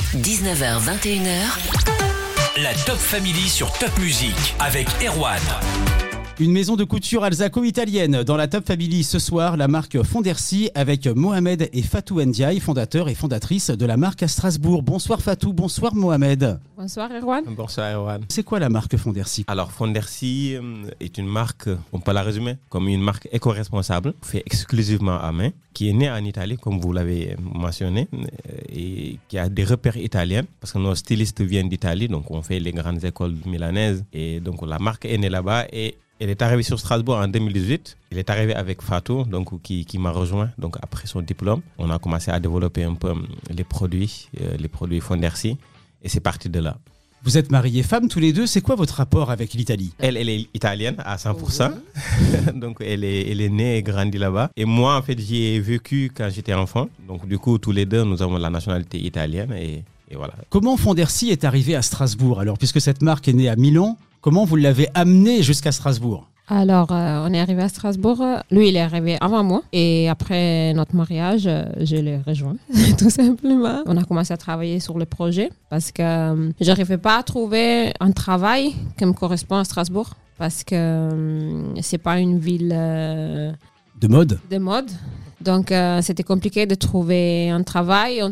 19h21h. La Top Family sur Top Music avec Erwan. Une maison de couture alsaco-italienne dans la Top Family ce soir, la marque Fondersi avec Mohamed et Fatou Ndiaye, fondateurs et fondatrices de la marque à Strasbourg. Bonsoir Fatou, bonsoir Mohamed. Bonsoir Erwan. Bonsoir Erwan. C'est quoi la marque Fondersi ? Alors Fondersi est une marque, on peut la résumer comme une marque éco-responsable, fait exclusivement à main, qui est née en Italie comme vous l'avez mentionné et qui a des repères italiens parce que nos stylistes viennent d'Italie, donc on fait les grandes écoles milanaises et donc la marque est née là-bas et elle est arrivée sur Strasbourg en 2018. Elle est arrivée avec Fatou, donc qui m'a rejoint. Donc après son diplôme, on a commencé à développer un peu les produits Fondersi, et c'est parti de là. Vous êtes mariés femmes tous les deux. C'est quoi votre rapport avec l'Italie ? Elle est italienne à 100%. Donc elle est née et grandie là-bas. Et moi, en fait, j'y ai vécu quand j'étais enfant. Donc du coup, tous les deux, nous avons la nationalité italienne et voilà. Comment Fondersi est arrivé à Strasbourg alors, puisque cette marque est née à Milan? Comment vous l'avez amené jusqu'à Strasbourg ? Alors, on est arrivé à Strasbourg. Lui, il est arrivé avant moi. Et après notre mariage, je l'ai rejoint, tout simplement. On a commencé à travailler sur le projet parce que je n'arrivais pas à trouver un travail qui me correspond à Strasbourg parce que c'est pas une ville de mode. Donc, c'était compliqué de trouver un travail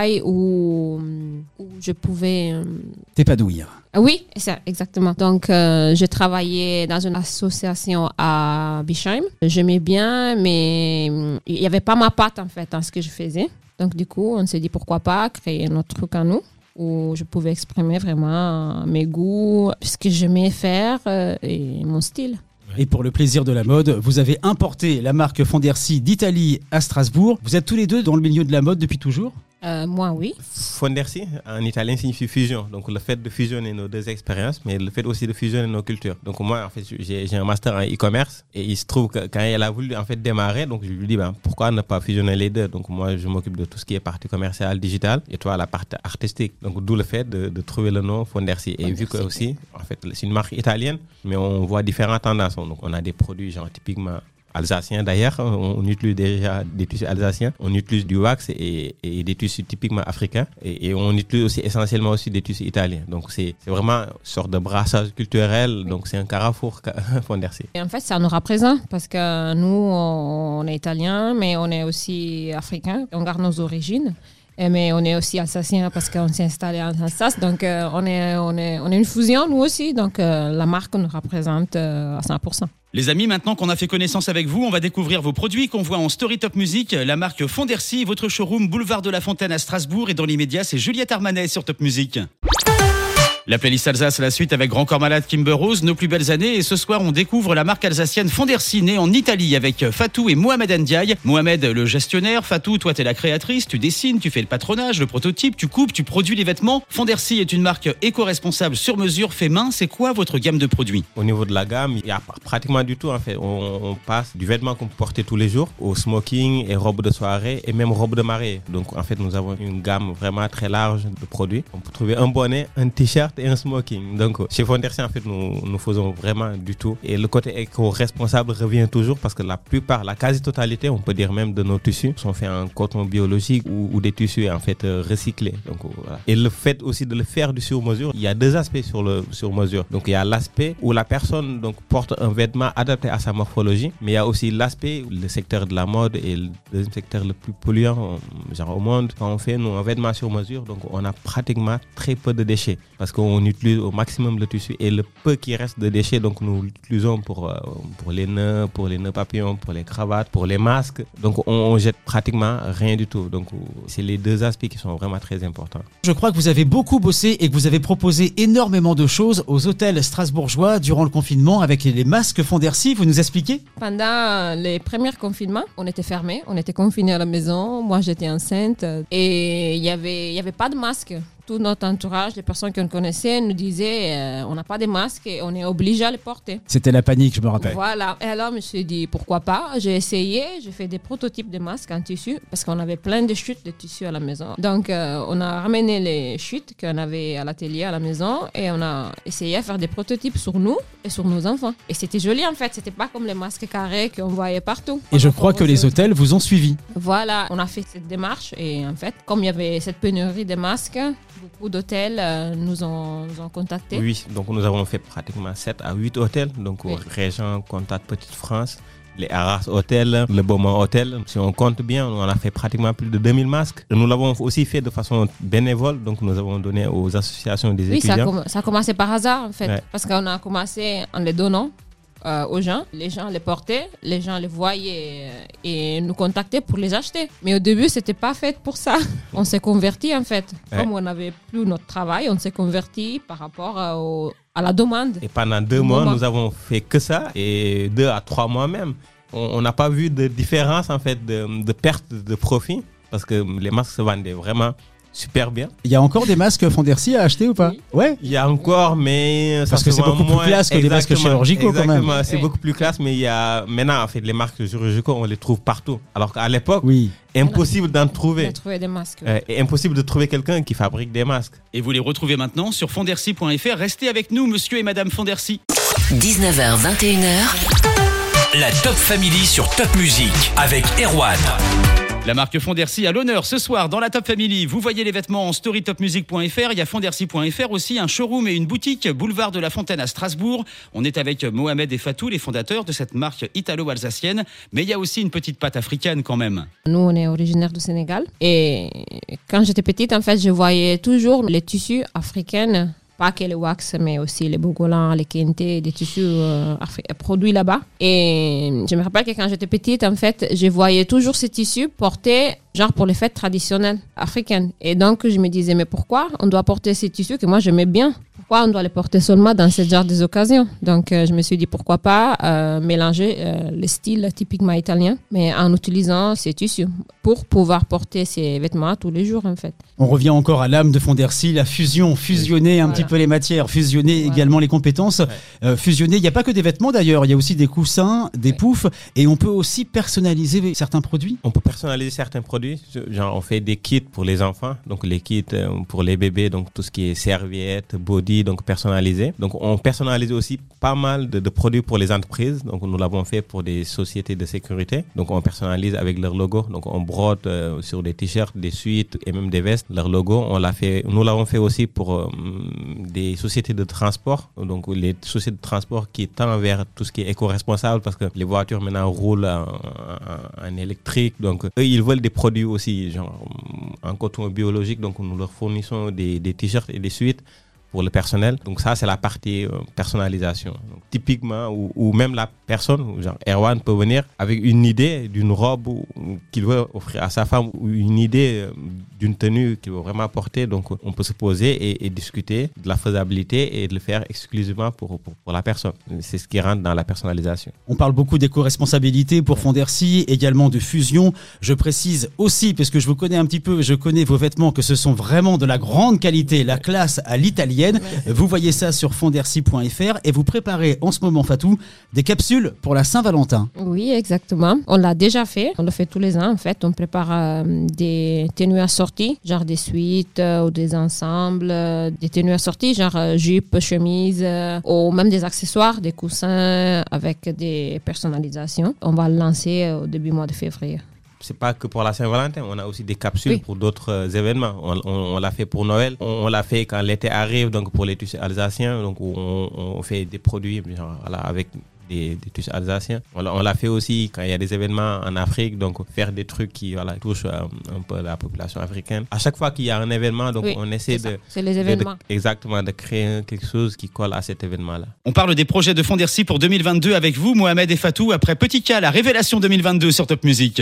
où je pouvais... T'épanouir. Oui, c'est ça, exactement. Donc, j'ai travaillé dans une association à Bischheim. J'aimais bien, mais il n'y avait pas ma patte, en fait, dans ce que je faisais. Donc, du coup, on s'est dit pourquoi pas créer notre truc à nous, où je pouvais exprimer vraiment mes goûts, ce que j'aimais faire et mon style. Et pour le plaisir de la mode, vous avez importé la marque Fondersi d'Italie à Strasbourg. Vous êtes tous les deux dans le milieu de la mode depuis toujours ? Moi, oui. Fondersi, en italien, signifie fusion. Donc, le fait de fusionner nos deux expériences, mais le fait aussi de fusionner nos cultures. Donc, moi, en fait, j'ai un master en e-commerce et il se trouve que quand elle a voulu, en fait, démarrer, donc je lui dis, pourquoi ne pas fusionner les deux ? Donc, moi, je m'occupe de tout ce qui est partie commerciale, digitale et toi, la partie artistique. Donc, d'où le fait de trouver le nom Fondersi. Et vu que aussi, en fait, c'est une marque italienne, mais on voit différentes tendances. Donc, on a des produits, genre, typiquement alsaciens d'ailleurs, on utilise déjà des tissus alsaciens, on utilise du wax et des tissus typiquement africains et on utilise aussi essentiellement aussi des tissus italiens. Donc c'est vraiment une sorte de brassage culturel, donc c'est un carrefour Fondersi. Et en fait, ça nous représente parce que nous, on est italiens, mais on est aussi africains, on garde nos origines. Mais on est aussi alsacien parce qu'on s'est installé en Alsace, donc on est une fusion nous aussi, donc la marque nous représente à 100%. Les amis, maintenant qu'on a fait connaissance avec vous, on va découvrir vos produits qu'on voit en Story Top Music, la marque Fondersi, votre showroom boulevard de la Fontaine à Strasbourg et dans l'immédiat, c'est Juliette Armanet sur Top Music. La playlist Alsace, la suite avec Grand Corps Malade, Kimber Rose, Nos plus belles années. Et ce soir, on découvre la marque alsacienne Fondersi, née en Italie avec Fatou et Mohamed Ndiaye. Mohamed, le gestionnaire. Fatou, toi, t'es la créatrice. Tu dessines, tu fais le patronage, le prototype, tu coupes, tu produis les vêtements. Fondersi est une marque éco-responsable sur mesure, fait main. C'est quoi votre gamme de produits ? Au niveau de la gamme, il y a pratiquement du tout, en fait. On passe du vêtement qu'on peut porter tous les jours au smoking et robes de soirée et même robes de mariée. Donc, en fait, nous avons une gamme vraiment très large de produits. On peut trouver un bonnet, un t-shirt et un smoking. Donc chez Fondersi, en fait, nous faisons vraiment du tout. Et le côté éco-responsable revient toujours parce que la quasi-totalité, on peut dire même de nos tissus, sont faits en coton biologique ou des tissus en fait recyclés. Donc voilà. Et le fait aussi de le faire du sur-mesure, il y a deux aspects sur le sur-mesure. Donc il y a l'aspect où la personne donc porte un vêtement adapté à sa morphologie, mais il y a aussi l'aspect, le secteur de la mode et le deuxième secteur le plus polluant genre au monde. Quand on fait un vêtement sur mesure, donc on a pratiquement très peu de déchets parce qu'on utilise au maximum le tissu et le peu qui reste de déchets, donc nous l'utilisons pour les nœuds papillons, pour les cravates, pour les masques. Donc on jette pratiquement rien du tout. Donc c'est les deux aspects qui sont vraiment très importants. Je crois que vous avez beaucoup bossé et que vous avez proposé énormément de choses aux hôtels strasbourgeois durant le confinement avec les masques Fondersi. Vous nous expliquez ? Pendant les premiers confinements, on était fermés, on était confinés à la maison. Moi, j'étais enceinte et il y avait pas de masque tout notre entourage, les personnes qu'on connaissait, nous disaient on n'a pas de masques et on est obligé à les porter. C'était la panique, je me rappelle. Voilà. Et alors, je me suis dit pourquoi pas. J'ai essayé, j'ai fait des prototypes de masques en tissu parce qu'on avait plein de chutes de tissu à la maison. Donc, on a ramené les chutes qu'on avait à l'atelier à la maison et on a essayé à faire des prototypes sur nous et sur nos enfants. Et c'était joli en fait. C'était pas comme les masques carrés qu'on voyait partout. Et je crois que les hôtels vous ont suivi. Voilà, on a fait cette démarche et en fait, comme il y avait cette pénurie de masques, beaucoup d'hôtels nous ont contactés. Oui, donc nous avons fait pratiquement 7 à 8 hôtels. Donc, Oui. Régent, Contact Petite France, les Arras Hôtels, le Beaumont Hôtel. Si on compte bien, on a fait pratiquement plus de 2000 masques. Nous l'avons aussi fait de façon bénévole. Donc, nous avons donné aux associations des Oui, étudiants. ça a commencé par hasard en fait. Ouais. Parce qu'on a commencé en les donnant aux gens. Les gens les portaient, les gens les voyaient et nous contactaient pour les acheter. Mais au début, c'était pas fait pour ça. On s'est converti en fait. Ouais. Comme on n'avait plus notre travail, on s'est converti par rapport à la demande. Et pendant 2 mois, nous avons fait que ça. Et 2 à 3 mois même. On n'a pas vu de différence en fait de perte de profit. Parce que les masques se vendaient vraiment super bien. Il y a encore des masques Fondersi à acheter ou pas? Oui. Ouais. Il y a encore, mais ça Parce que se c'est vend beaucoup plus moins. classe que des masques Exactement, chirurgicaux, quand même. Exactement, c'est Oui. beaucoup plus classe, mais il y a maintenant en fait les masques chirurgicaux, on les trouve partout. Alors qu'à l'époque, Oui. impossible d'en On a trouver. trouvé des masques. Et impossible de trouver quelqu'un qui fabrique des masques. Et vous les retrouvez maintenant sur fondersi.fr. Restez avec nous, monsieur et madame Fondersi. 19h, 21h. La Top Family sur Top Music avec Erwan. La marque Fondersi à l'honneur ce soir dans la Top Family. Vous voyez les vêtements en storytopmusic.fr. Il y a Fondersi.fr aussi, un showroom et une boutique boulevard de la Fontaine à Strasbourg. On est avec Mohamed et Fatou, les fondateurs de cette marque italo-alsacienne. Mais il y a aussi une petite patte africaine quand même. Nous, on est originaire du Sénégal. Et quand j'étais petite, en fait, je voyais toujours les tissus africains. Pas que les wax, mais aussi les bogolans, les kente, des tissus produits là-bas. Et je me rappelle que quand j'étais petite, en fait, je voyais toujours ces tissus portés genre pour les fêtes traditionnelles africaines. Et donc, je me disais, mais pourquoi on doit porter ces tissus que moi, j'aimais bien? Pourquoi on doit les porter seulement dans ce genre d'occasions? Donc, je me suis dit, pourquoi pas mélanger les styles typiquement italiens, mais en utilisant ces tissus pour pouvoir porter ces vêtements tous les jours, en fait. On revient encore à l'âme de Fondersi, la fusion, fusionner un petit peu les matières, fusionner également les compétences. Fusionner, il n'y a pas que des vêtements d'ailleurs, il y a aussi des coussins, des poufs, et on peut aussi personnaliser certains produits. On peut personnaliser certains produits. Genre, on fait des kits pour les enfants, donc les kits pour les bébés, donc tout ce qui est serviettes, body, donc personnalisé. Donc, on personnalise aussi pas mal de produits pour les entreprises. Donc, nous l'avons fait pour des sociétés de sécurité. Donc, on personnalise avec leur logo. Donc, on brode sur des t-shirts, des suites et même des vestes leur logo. Nous l'avons fait aussi pour des sociétés de transport. Donc, les sociétés de transport qui tendent vers tout ce qui est éco-responsable parce que les voitures maintenant roulent en électrique. Donc, eux, ils veulent des produits aussi, genre en coton biologique. Donc, nous leur fournissons des t-shirts et des suites pour le personnel. Donc ça, c'est la partie personnalisation. Donc, typiquement, ou même la personne, genre Erwan peut venir avec une idée d'une robe qu'il veut offrir à sa femme ou une idée d'une tenue qu'il veut vraiment porter. Donc on peut se poser et discuter de la faisabilité et de le faire exclusivement pour la personne. C'est ce qui rentre dans la personnalisation. On parle beaucoup d'éco-responsabilité pour Fondersi, également de fusion. Je précise aussi, parce que je vous connais un petit peu, je connais vos vêtements, que ce sont vraiment de la grande qualité, la classe à l'italienne. Vous voyez ça sur fondersi.fr et vous préparez en ce moment, Fatou, des capsules pour la Saint-Valentin. Oui, exactement. On l'a déjà fait. On le fait tous les ans, en fait. On prépare des tenues assorties, genre des suites ou des ensembles, des tenues assorties, genre jupe, chemise, ou même des accessoires, des coussins avec des personnalisations. On va le lancer au début du mois de février. C'est pas que pour la Saint-Valentin, on a aussi des capsules pour d'autres événements. On l'a fait pour Noël, on l'a fait quand l'été arrive, donc pour les tissus alsaciens, donc on fait des produits genre, voilà, avec des tissus alsaciens. On l'a fait aussi quand il y a des événements en Afrique, donc faire des trucs qui touchent un peu la population africaine. À chaque fois qu'il y a un événement, donc on essaie c'est les événements. Exactement, de créer quelque chose qui colle à cet événement-là. On parle des projets de Fondersi pour 2022 avec vous, Mohamed et Fatou, après Petit K, la révélation 2022 sur Top Music.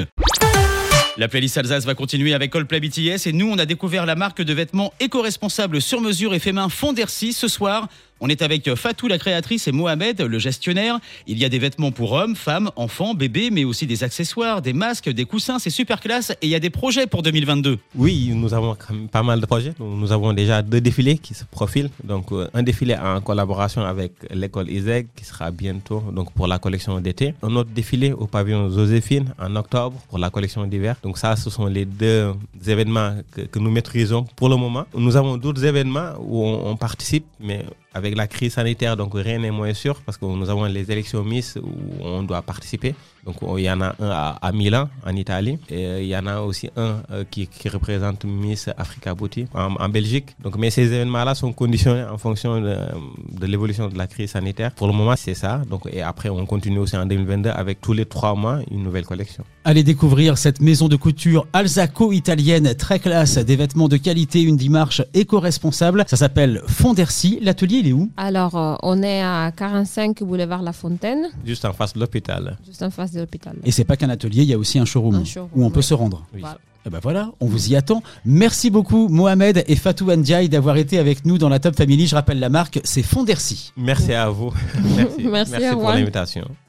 La playlist Alsace va continuer avec Coldplay BTS et nous, on a découvert la marque de vêtements éco-responsables sur mesure et fait main Fondersi ce soir. On est avec Fatou, la créatrice, et Mohamed, le gestionnaire. Il y a des vêtements pour hommes, femmes, enfants, bébés, mais aussi des accessoires, des masques, des coussins. C'est super classe. Et il y a des projets pour 2022. Oui, nous avons quand même pas mal de projets. Nous avons déjà 2 défilés qui se profilent. Donc, un défilé en collaboration avec l'école ISEG qui sera bientôt donc pour la collection d'été. Un autre défilé au pavillon Joséphine en octobre pour la collection d'hiver. Donc ça, ce sont les 2 événements que nous maîtrisons pour le moment. Nous avons d'autres événements où on participe, mais avec la crise sanitaire, donc rien n'est moins sûr parce que nous avons les élections Miss où on doit participer. Donc il y en a un à Milan, en Italie, et il y en a aussi un qui représente Miss Africa Beauty en Belgique. Donc, mais ces événements-là sont conditionnés en fonction de l'évolution de la crise sanitaire. Pour le moment, c'est ça. Donc, et après, on continue aussi en 2022 avec tous les 3 mois une nouvelle collection. Allez découvrir cette maison de couture alsaco-italienne très classe, des vêtements de qualité, une démarche éco-responsable. Ça s'appelle Fondersi. L'atelier, il est où? Alors, on est à 45 boulevard La Fontaine. Juste en face de l'hôpital. Juste en face de l'hôpital. Et c'est pas qu'un atelier, il y a aussi un showroom où on peut se rendre. Oui. Voilà. Et ben voilà, on vous y attend. Merci beaucoup Mohamed et Fatou Ndiaye d'avoir été avec nous dans la Top Family. Je rappelle la marque, c'est Fondersi. Merci à vous. Merci Merci à pour vous. l'invitation.